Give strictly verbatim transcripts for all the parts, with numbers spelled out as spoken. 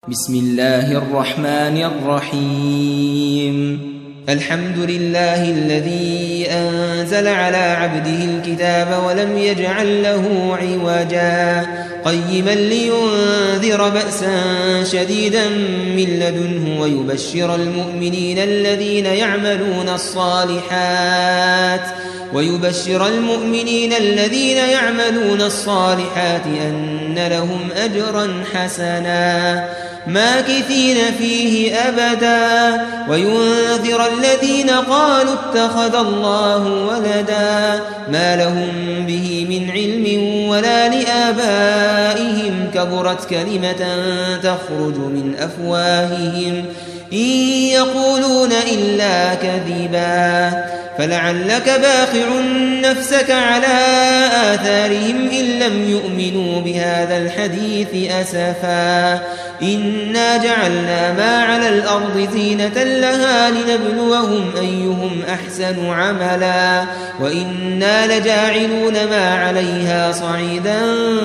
بسم الله الرحمن الرحيم الحمد لله الذي أنزل على عبده الكتاب ولم يجعل له عوجا قيما لينذر بأسا شديدا من لدنه ويبشر المؤمنين الذين يعملون الصالحات ويبشر المؤمنين الذين يعملون الصالحات أن لهم أجرا حسنا ماكثين فيه أبدا وينذر الذين قالوا اتخذ الله ولدا ما لهم به من علم ولا لآبائهم كبرت كلمة تخرج من أفواههم إن يقولون إلا كذبا فلعلك باخع نفسك على آثارهم إن لم يؤمنوا بهذا الحديث أسفا إنا جعلنا ما على الأرض زينة لها لنبلوهم أيهم أحسن عملا وإنا لجاعلون ما عليها صعيدا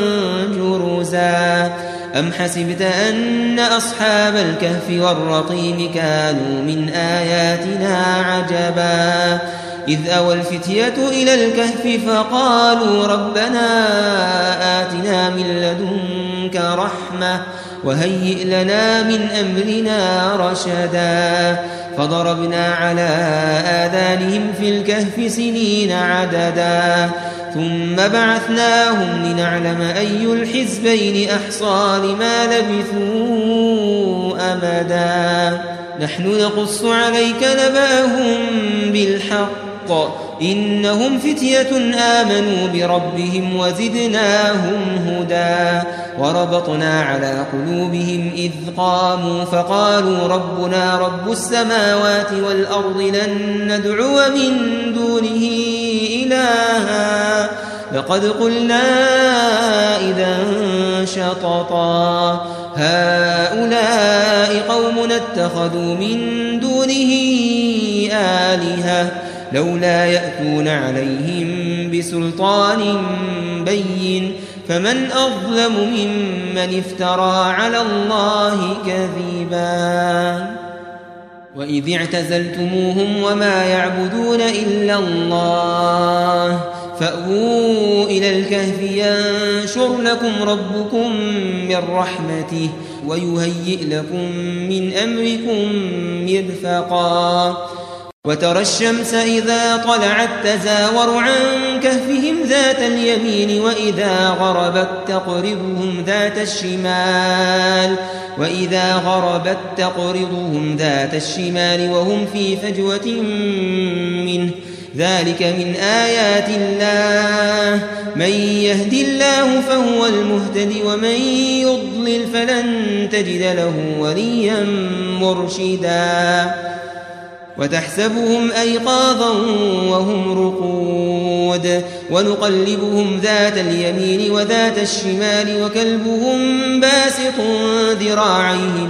جرزا أم حسبت أن أصحاب الكهف والرقيم كانوا من آياتنا عجبا إذ أوى الفتية إلى الكهف فقالوا ربنا آتنا من لدنك رحمة وهيئ لنا من أمرنا رشدا فضربنا على آذانهم في الكهف سنين عددا ثم بعثناهم لنعلم أي الحزبين أحصى لما لبثوا أمدا نحن نقص عليك نبأهم بالحق إنهم فتية آمنوا بربهم وزدناهم هدى وربطنا على قلوبهم إذ قاموا فقالوا ربنا رب السماوات والأرض لن ندعو من دونه إلها لقد قلنا إذا شططا هؤلاء قومنا اتخذوا من دونه آلهة لولا يأتون عليهم بسلطان بين فمن أظلم ممن افترى على الله كذبا وإذ اعتزلتموهم وما يعبدون إلا الله فأووا إلى الكهف ينشر لكم ربكم من رحمته ويهيئ لكم من أمركم مرفقا وترى الشمس إذا طلعت تزاور عن كهفهم ذات اليمين وإذا غربت تقرضهم ذات الشمال وإذا غربت تقرضهم ذات الشمال وهم في فجوة منه ذلك من آيات الله من يهد الله فهو المهتد ومن يضلل فلن تجد له وليا مرشدا وتحسبهم أيقاظا وهم رقود ونقلبهم ذات اليمين وذات الشمال وكلبهم باسط ذراعيه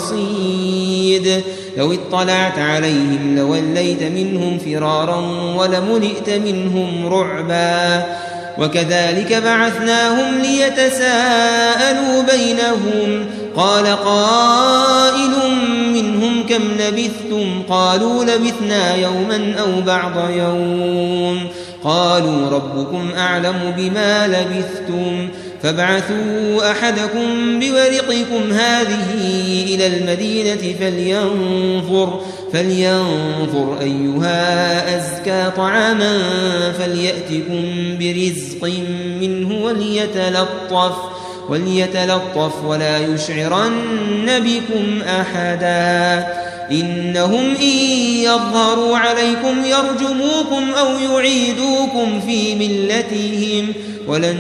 بالوصيد لو اطلعت عليهم لوليت منهم فرارا ولملئت منهم رعبا وكذلك بعثناهم ليتساءلوا بينهم قال قائل منهم كم لبثتم قالوا لبثنا يوما أو بعض يوم قالوا ربكم أعلم بما لبثتم فابعثوا أحدكم بورقكم هذه إلى المدينة فلينظر, فلينظر أيها أزكى طعاما فليأتكم برزق منه وليتلطف وليتلطف ولا يشعرن بكم أحدا إنهم إن يظهروا عليكم يرجموكم أو يعيدوكم في ملتهم ولن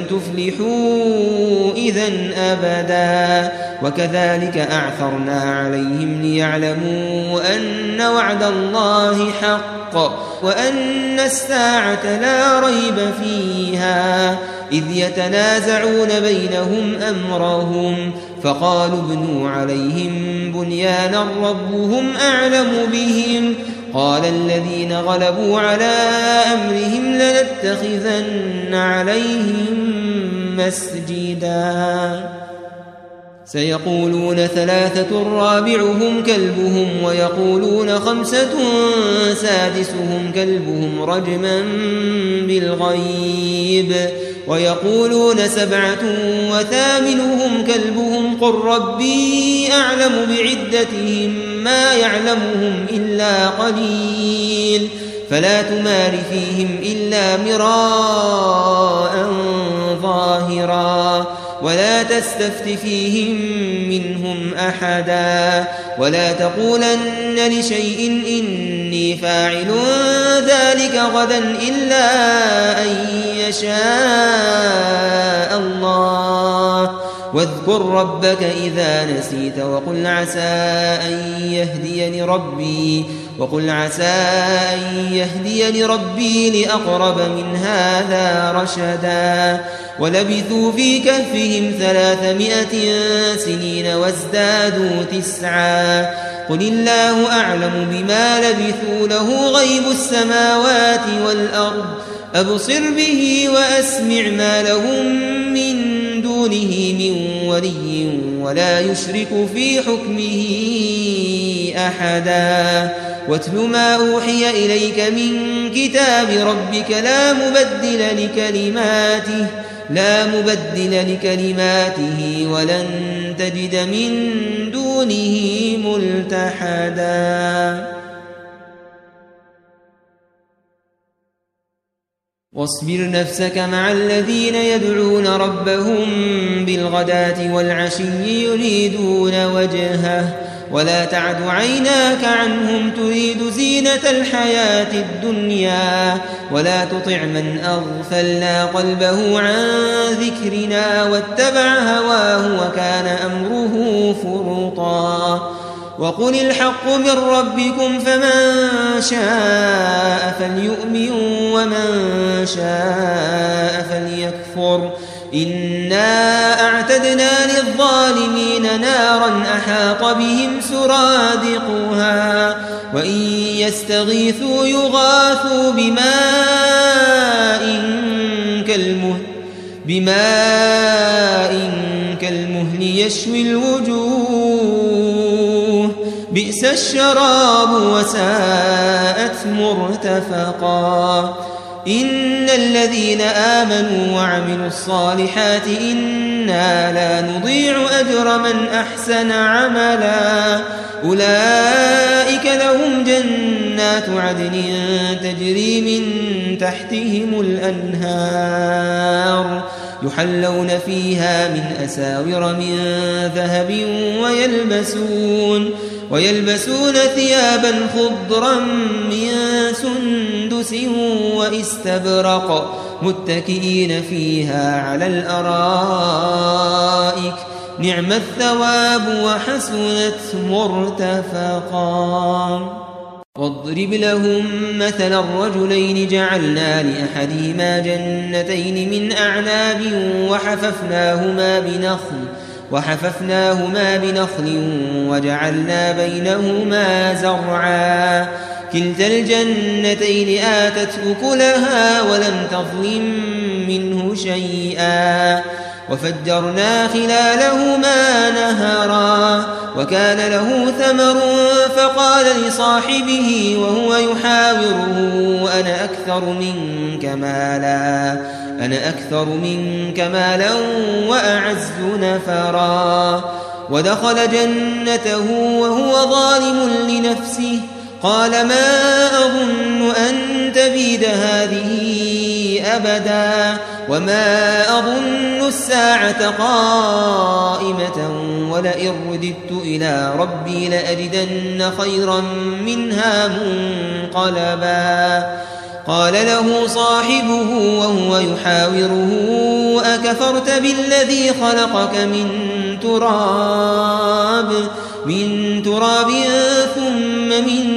تفلحوا إذن أبدا وكذلك أعثرنا عليهم ليعلموا أن وعد الله حق وأن الساعة لا ريب فيها إذ يتنازعون بينهم أمرهم فقالوا ابنوا عليهم بنيانا ربهم أعلم بهم قال الذين غلبوا على أمرهم لنتخذن عليهم مسجدا سيقولون ثلاثة رابعهم كلبهم ويقولون خمسة سادسهم كلبهم رجما بالغيب ويقولون سبعة وثامنهم كلبهم قل ربي أعلم بعدتهم ما يعلمهم إلا قليل فلا تمار فيهم إلا مراء ظاهرا ولا تستفت فيهم منهم أحدا ولا تقولن لشيء إني فاعل ذلك غدا إلا أن يشاء الله واذكر ربك إذا نسيت وقل عسى أن يهديني ربي وقل عسى أن يهديني ربي لأقرب من هذا رشدا ولبثوا في كهفهم ثلاثمائة سنين وازدادوا تسعا قل الله أعلم بما لبثوا له غيب السماوات والأرض أبصر به وأسمع ما لهم من دونه من ولي ولا يشرك في حكمه أحدا واتل ما أوحي إليك من كتاب ربك لا مبدل لكلماته لا مبدل لكلماته ولن تجد من دونه ملتحدا واصبر نفسك مع الذين يدعون ربهم بالغداة والعشي يريدون وجهه ولا تعد عيناك عنهم تريد زينة الحياة الدنيا ولا تطع من أغفلنا قلبه عن ذكرنا واتبع هواه وكان أمره فرطا وقل الحق من ربكم فمن شاء فليؤمن ومن شاء فليكفر إنا أعتدنا للظالمين نارا أحاط بهم سرادقها وإن يستغيثوا يغاثوا بماء كالمهل بماء كالمهل يشوي الوجوه بئس الشراب وساءت مرتفقا إن الذين آمنوا وعملوا الصالحات إنا لا نضيع أجر من أحسن عملا أولئك لهم جنات عدن تجري من تحتهم الأنهار يحلون فيها من أساور من ذهب ويلبسون ويلبسون ثيابا خضرا من سندس واستبرق متكئين فيها على الأرائك نعم الثواب وحسنت مرتفقا واضرب لهم مثلا الرجلين جعلنا لأحدهما جنتين من أعناب وحففناهما بنخل وحففناهما بنخل وجعلنا بينهما زرعا كلتا الجنتين آتت أكلها ولم تظلم منه شيئا وفجرنا خلالهما نهرا وكان له ثمر فقال لصاحبه وهو يحاوره أنا أكثر منك مالا أنا أكثر منك مالا وأعز نفرا ودخل جنته وهو ظالم لنفسه قال ما أظن أن تبيد هذه أبدا وما أظن الساعة قائمة ولئن رددت إلى ربي لأجدن خيرا منها منقلبا قال له صاحبه وهو يحاوره أكفرت بالذي خلقك من تراب من تراب ثم من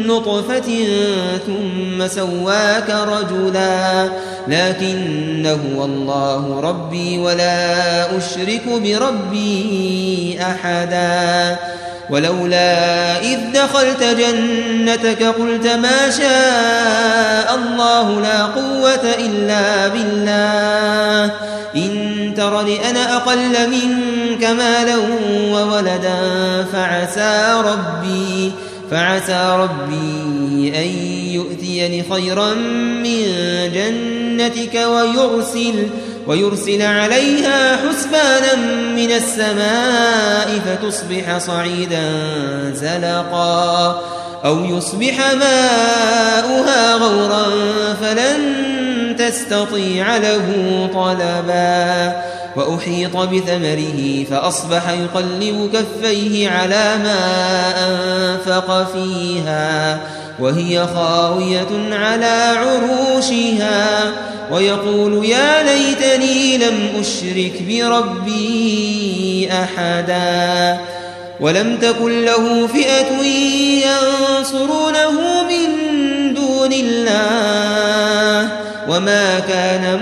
نطفة ثم سواك رجلا لكن هو الله ربي ولا أشرك بربي أحدا ولولا إذ دخلت جنتك قلت ما شاء الله لا قوة إلا بالله إن ترني أنا أقل منك مالا وولدا فعسى ربي فعسى ربي أن يؤتيني خيرا من جنتك ويرسل ويرسل عليها حسبانا من السماء فتصبح صعيدا زلقا أو يصبح ماؤها غورا فلن تستطيع له طلبا وأحيط بثمره فأصبح يقلب كفيه على ما أنفق فيها وهي خاوية على عروشها ويقول يا ليتني لم أشرك بربي أحدا ولم تكن له فئة ينصرونه من دون الله وما كان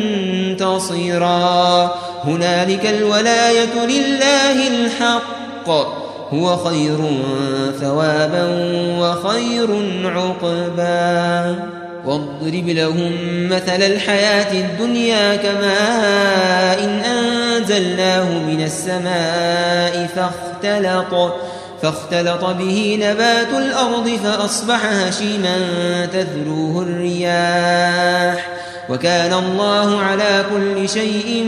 منتصرا هنالك الولاية لله الحق هو خير ثوابا وخير عقبا واضرب لهم مثل الحياة الدنيا كماء إن أنزلناه من السماء فاختلط فاختلط به نبات الأرض فأصبح هشيما تذروه الرياح وكان الله على كل شيء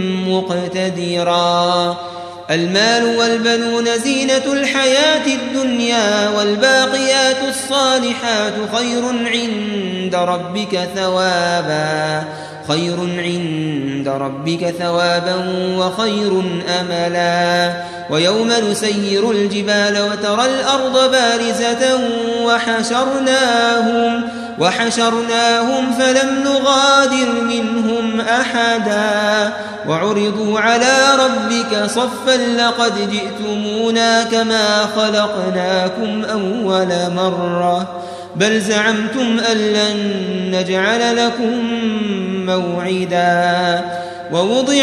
مقتدرا المال والبنون زينة الحياة الدنيا والباقيات الصالحات خير عند ربك ثوابا خير عند ربك ثوابا وخير أملا ويوم نسير الجبال وترى الأرض بارزة وحشرناهم وحشرناهم فلم نغادر منهم أحدا وعرضوا على ربك صفا لقد جئتمونا كما خلقناكم أول مرة بل زعمتم أن لن نجعل لكم موعدا ووضع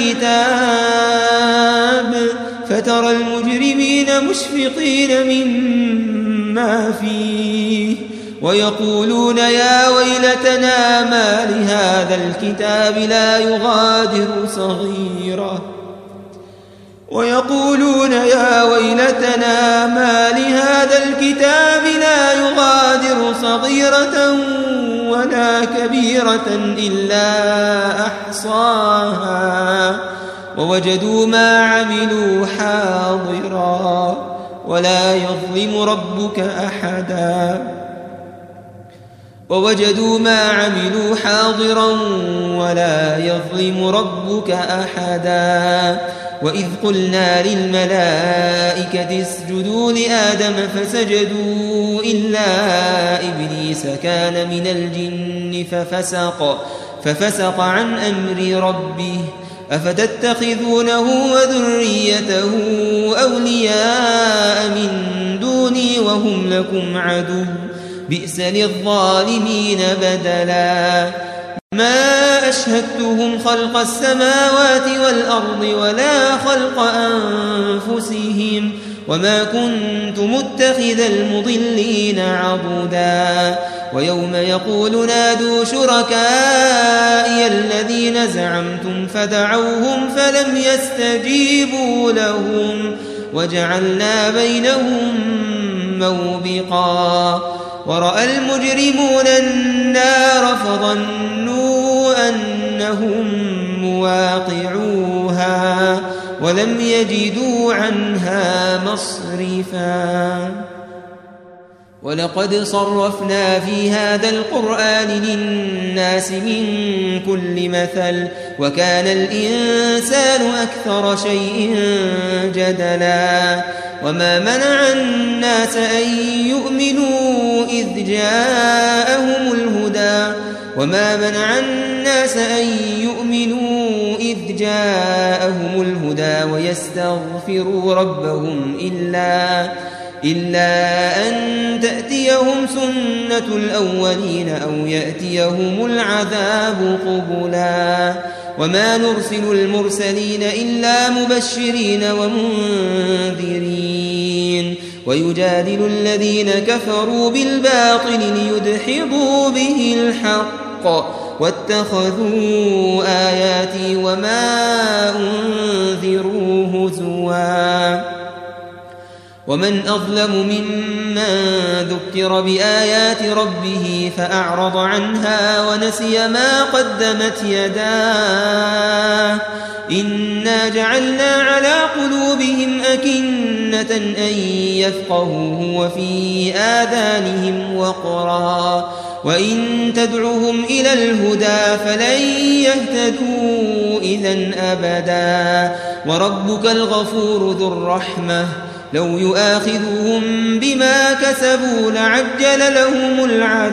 الكتاب فترى المجرمين مشفقين مما فيه ويقولون يا ويلتنا ما لهذا الكتاب لا يغادر صغيرة ويقولون يا ويلتنا ما لهذا الكتاب لا يغادر صغيرة ولا كبيرة إلا أحصاها ووجدوا ما عملوا حاضرا ولا يظلم ربك أحدا ووجدوا ما عملوا حاضرا ولا يظلم ربك أحدا وإذ قلنا للملائكة اسجدوا لآدم فسجدوا إلا إبليس كان من الجن ففسق ففسق عن أمر ربه أفتتخذونه وذريته أولياء من دوني وهم لكم عدو بئس للظالمين بدلا ما أشهدتهم خلق السماوات والأرض ولا خلق أنفسهم وما كنت متخذ المضلين عضدا ويوم يقول نادوا شركائي الذين زعمتم فدعوهم فلم يستجيبوا لهم وجعلنا بينهم موبقا ورأى المجرمون النار فظنوا أنهم مواقعوها ولم يجدوا عنها مصرفا ولقد صرفنا في هذا القرآن للناس من كل مثل وكان الإنسان أكثر شيء جدلا وما منع الناس أن يؤمنوا إذ جاءهم الهدى وما منع الناس أن يؤمنوا إذ جاءهم الهدى ويستغفروا ربهم إلا إلا أن تأتيهم سنة الأولين أو يأتيهم العذاب قبلا وما نرسل المرسلين إلا مبشرين ومنذرين ويجادل الذين كفروا بالباطل ليدحضوا به الحق واتخذوا آياتي وما أنذروا هزوا ومن أظلم ممن ذكر بآيات ربه فأعرض عنها ونسي ما قدمت يداه إنا جعلنا على قلوبهم أكنة أن يفقهوه وفي آذانهم وقرا وإن تدعهم إلى الهدى فلن يهتدوا إذن أبدا وربك الغفور ذو الرحمة لو يؤاخذهم بما كسبوا لعجل لهم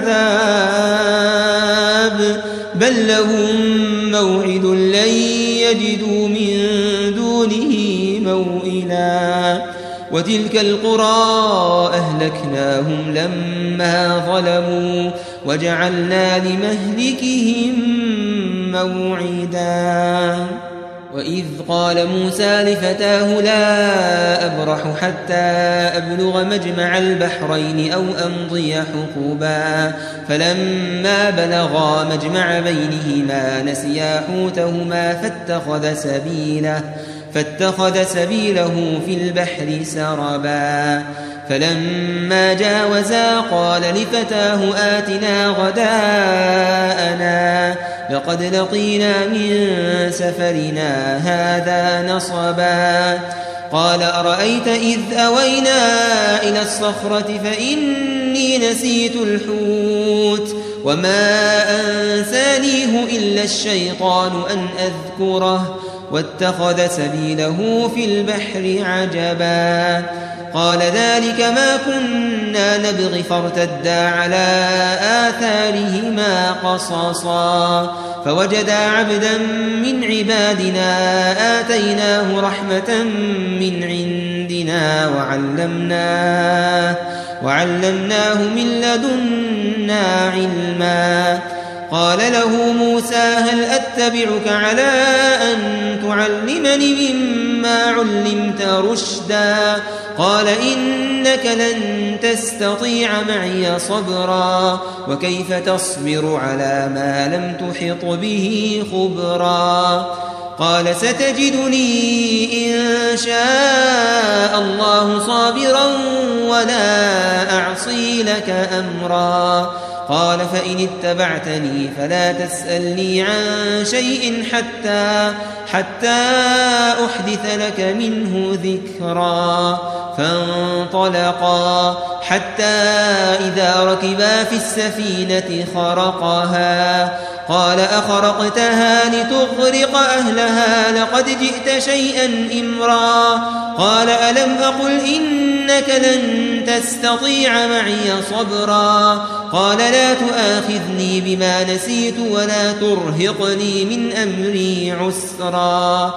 العذاب بل لهم موعد لن يجدوا من دونه موئلا وتلك القرى أهلكناهم لما ظلموا وجعلنا لمهلكهم موعدا وإذ قال موسى لفتاه لا أبرح حتى أبلغ مجمع البحرين أو أمضي حقبا فلما بلغا مجمع بينهما نسيا حوتهما فاتخذ سبيله فاتخذ سبيله في البحر سربا فلما جاوزا قال لفتاه آتنا غداءنا لقد لقينا من سفرنا هذا نصبا قال أرأيت إذ أوينا إلى الصخرة فإني نسيت الحوت وما أنسانيه إلا الشيطان أن أذكره واتخذ سبيله في البحر عجبا قال ذلك ما كنا نبغي فارتدا على آثارهما قصصا فوجدا عبدا من عبادنا آتيناه رحمة من عندنا وعلمناه, وعلمناه من لدنا علما قال له موسى هل أتبعك على أن تعلمني مما علمت رشدا قال إنك لن تستطيع معي صبرا وكيف تصبر على ما لم تحط به خبرا قال ستجدني إن شاء الله صابرا ولا أعصي لك أمرا قال فإن اتبعتني فلا تسألني عن شيء حتى, حتى أحدث لك منه ذكرا فانطلقا حتى إذا ركبا في السفينة خرقها قال أخرقتها لتغرق أهلها لقد جئت شيئا إمرا قال ألم أقل إنك لن تستطيع معي صبرا قال لا تؤاخذني بما نسيت ولا ترهقني من أمري عسرا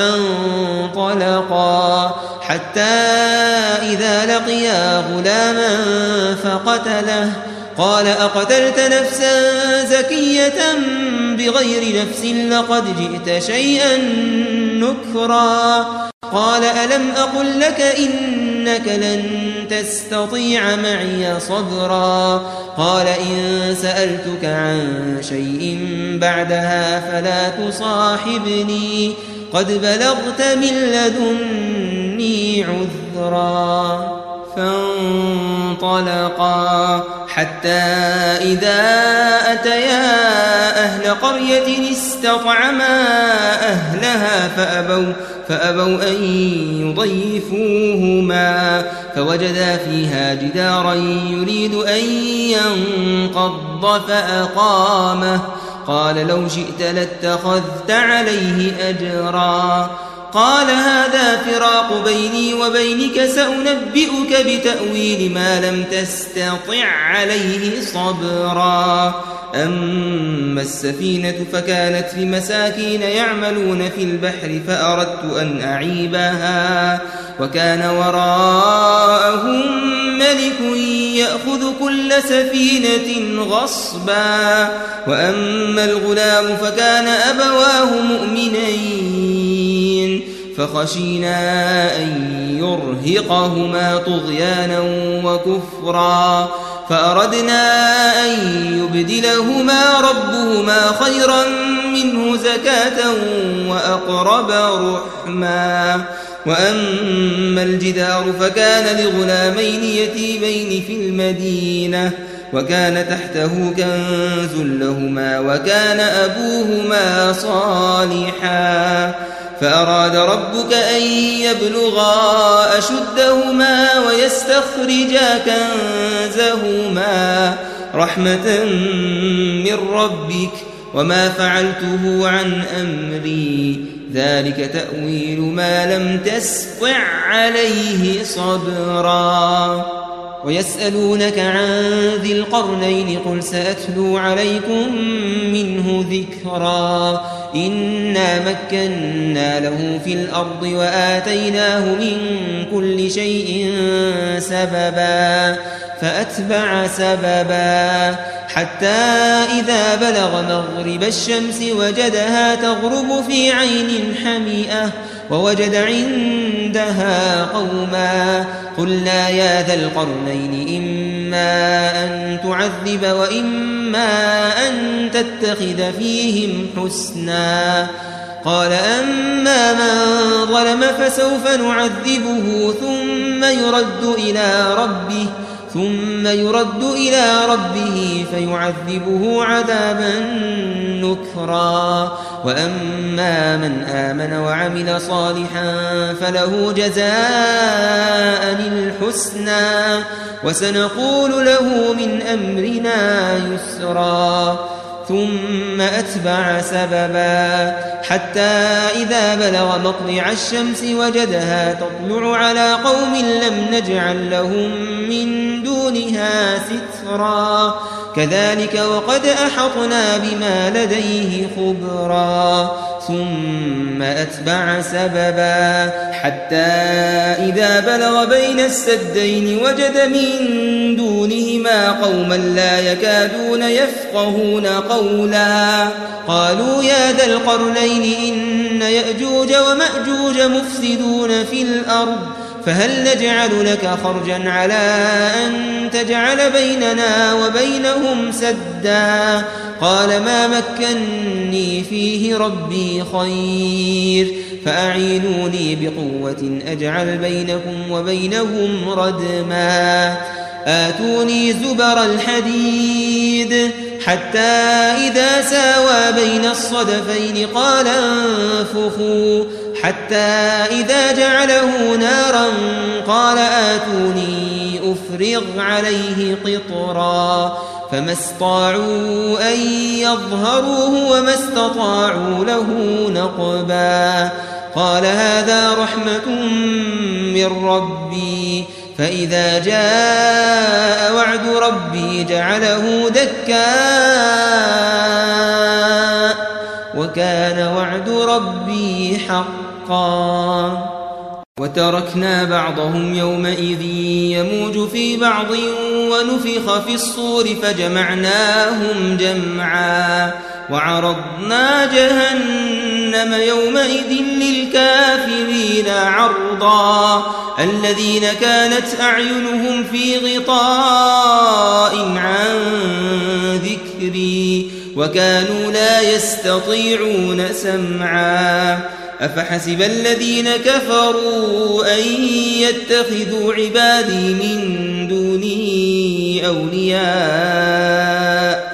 فانطلقا حتى إذا لقيا غلاما فقتله قال أقتلت نفسا زكية بغير نفس لقد جئت شيئا نكرا قال ألم أقل لك إنك لن تستطيع معي صبرا قال إن سألتك عن شيء بعدها فلا تصاحبني قد بلغت من لدني عذرا فانطلقا حتى إذا أتيا أهل قرية استطعما أهلها فأبوا, فأبوا أن يضيفوهما فوجدا فيها جدارا يريد أن ينقض فأقامه قال لو شئت لاتخذت عليه أجرا قال هذا فراق بيني وبينك سأنبئك بتأويل ما لم تستطع عليه صبرا أما السفينة فكانت لمساكين يعملون في البحر فأردت أن أعيبها وكان وراءهم ملك يأخذ كل سفينة غصبا وأما الغلام فكان أبواه مؤمنين فخشينا أن يرهقهما طغيانا وكفرا فأردنا أن يبدلهما ربهما خيرا منه زكاة وأقرب رحما وأما الجدار فكان لغلامين يتيمين في المدينة وكان تحته كنز لهما وكان أبوهما صالحا فأراد ربك أن يبلغا أشدهما ويستخرجا كنزهما رحمة من ربك وما فعلته عن أمري ذلك تأويل ما لم تستطع عليه صبرا ويسألونك عن ذي القرنين قل سأتلو عليكم منه ذكرا إنا مكنا له في الأرض وآتيناه من كل شيء سببا فأتبع سببا حتى إذا بلغ مغرب الشمس وجدها تغرب في عين حمئة ووجد عندها قوما قلنا يا ذا القرنين إما أن تعذب وإما أن تتخذ فيهم حسنا قال أما من ظلم فسوف نعذبه ثم يرد إلى ربه ثم يرد إلى ربه فيعذبه عذابا نكرا وأما من آمن وعمل صالحا فله جزاء الحسنى وسنقول له من أمرنا يسرا ثم أتبع سببا حتى إذا بلغ مطلع الشمس وجدها تطلع على قوم لم نجعل لهم من دونها سترا كذلك وقد أحطنا بما لديه خبرا ثم أتبع سببا حتى إذا بلغ بين السدين وجد من دونهما قوما لا يكادون يفقهون قولا قالوا يا ذا القرنين إن يأجوج ومأجوج مفسدون في الأرض فهل نجعل لك خرجا على أن تجعل بيننا وبينهم سدا قال ما مكني فيه ربي خير فأعينوني بقوة أجعل بينكم وبينهم ردما آتوني زبر الحديد حتى إذا ساوى بين الصدفين قال انفخوا حتى إذا جعله نارا قال آتوني أفرغ عليه قطرا فما استطاعوا أن يظهروه وما استطاعوا له نقبا قال هذا رحمة من ربي فإذا جاء وعد ربي جعله دكاء وكان وعد ربي حقا وتركنا بعضهم يومئذ يموج في بعض ونفخ في الصور فجمعناهم جمعا وعرضنا جهنم يومئذ للكافرين عرضا الذين كانت أعينهم في غطاء عن ذكري وكانوا لا يستطيعون سمعا أفحسب الذين كفروا أن يتخذوا عبادي من دوني أولياء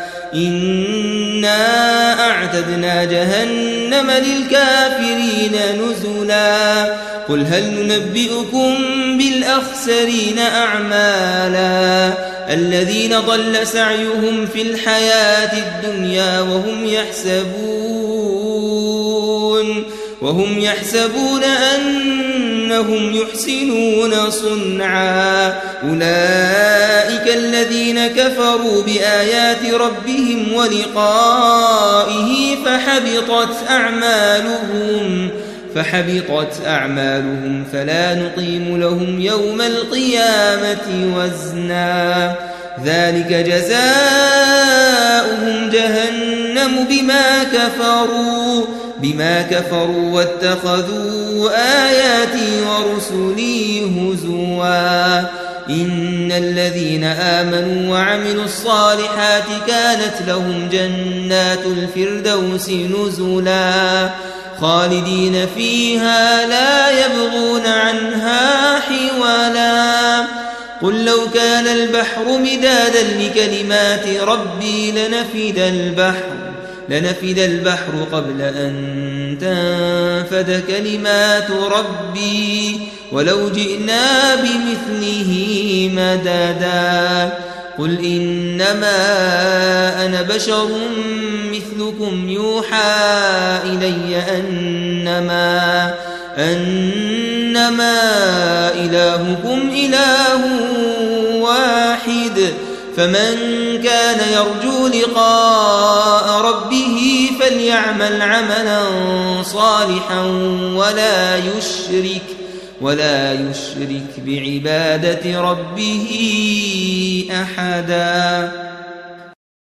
إنا أعتدنا جهنم للكافرين نزلا قل هل ننبئكم بالأخسرين أعمالا الذين ضل سعيهم في الحياة الدنيا وهم يحسبون وهم يحسبون أنهم يحسنون صنعا أولئك الذين كفروا بآيات ربهم ولقائه فحبطت أعمالهم فحبطت أعمالهم فلا نقيم لهم يوم القيامة وزنا ذلك جزاؤهم جهنم بما كفروا بما كفروا واتخذوا آياتي ورسلي هزوا إن الذين آمنوا وعملوا الصالحات كانت لهم جنات الفردوس نزلا خالدين فيها لا يبغون عنها حولا قل لو كان البحر مدادا لكلمات ربي لنفد البحر لنفد البحر قبل أن تنفد كلمات ربي ولو جئنا بمثله مددا قل إنما أنا بشر مثلكم يوحى إلي أنما أنما إلهكم إله واحد فمن كان يرجو لقاء ربه فليعمل عملا صالحا ولا يشرك ولا يشرك بعبادة ربه أحدا.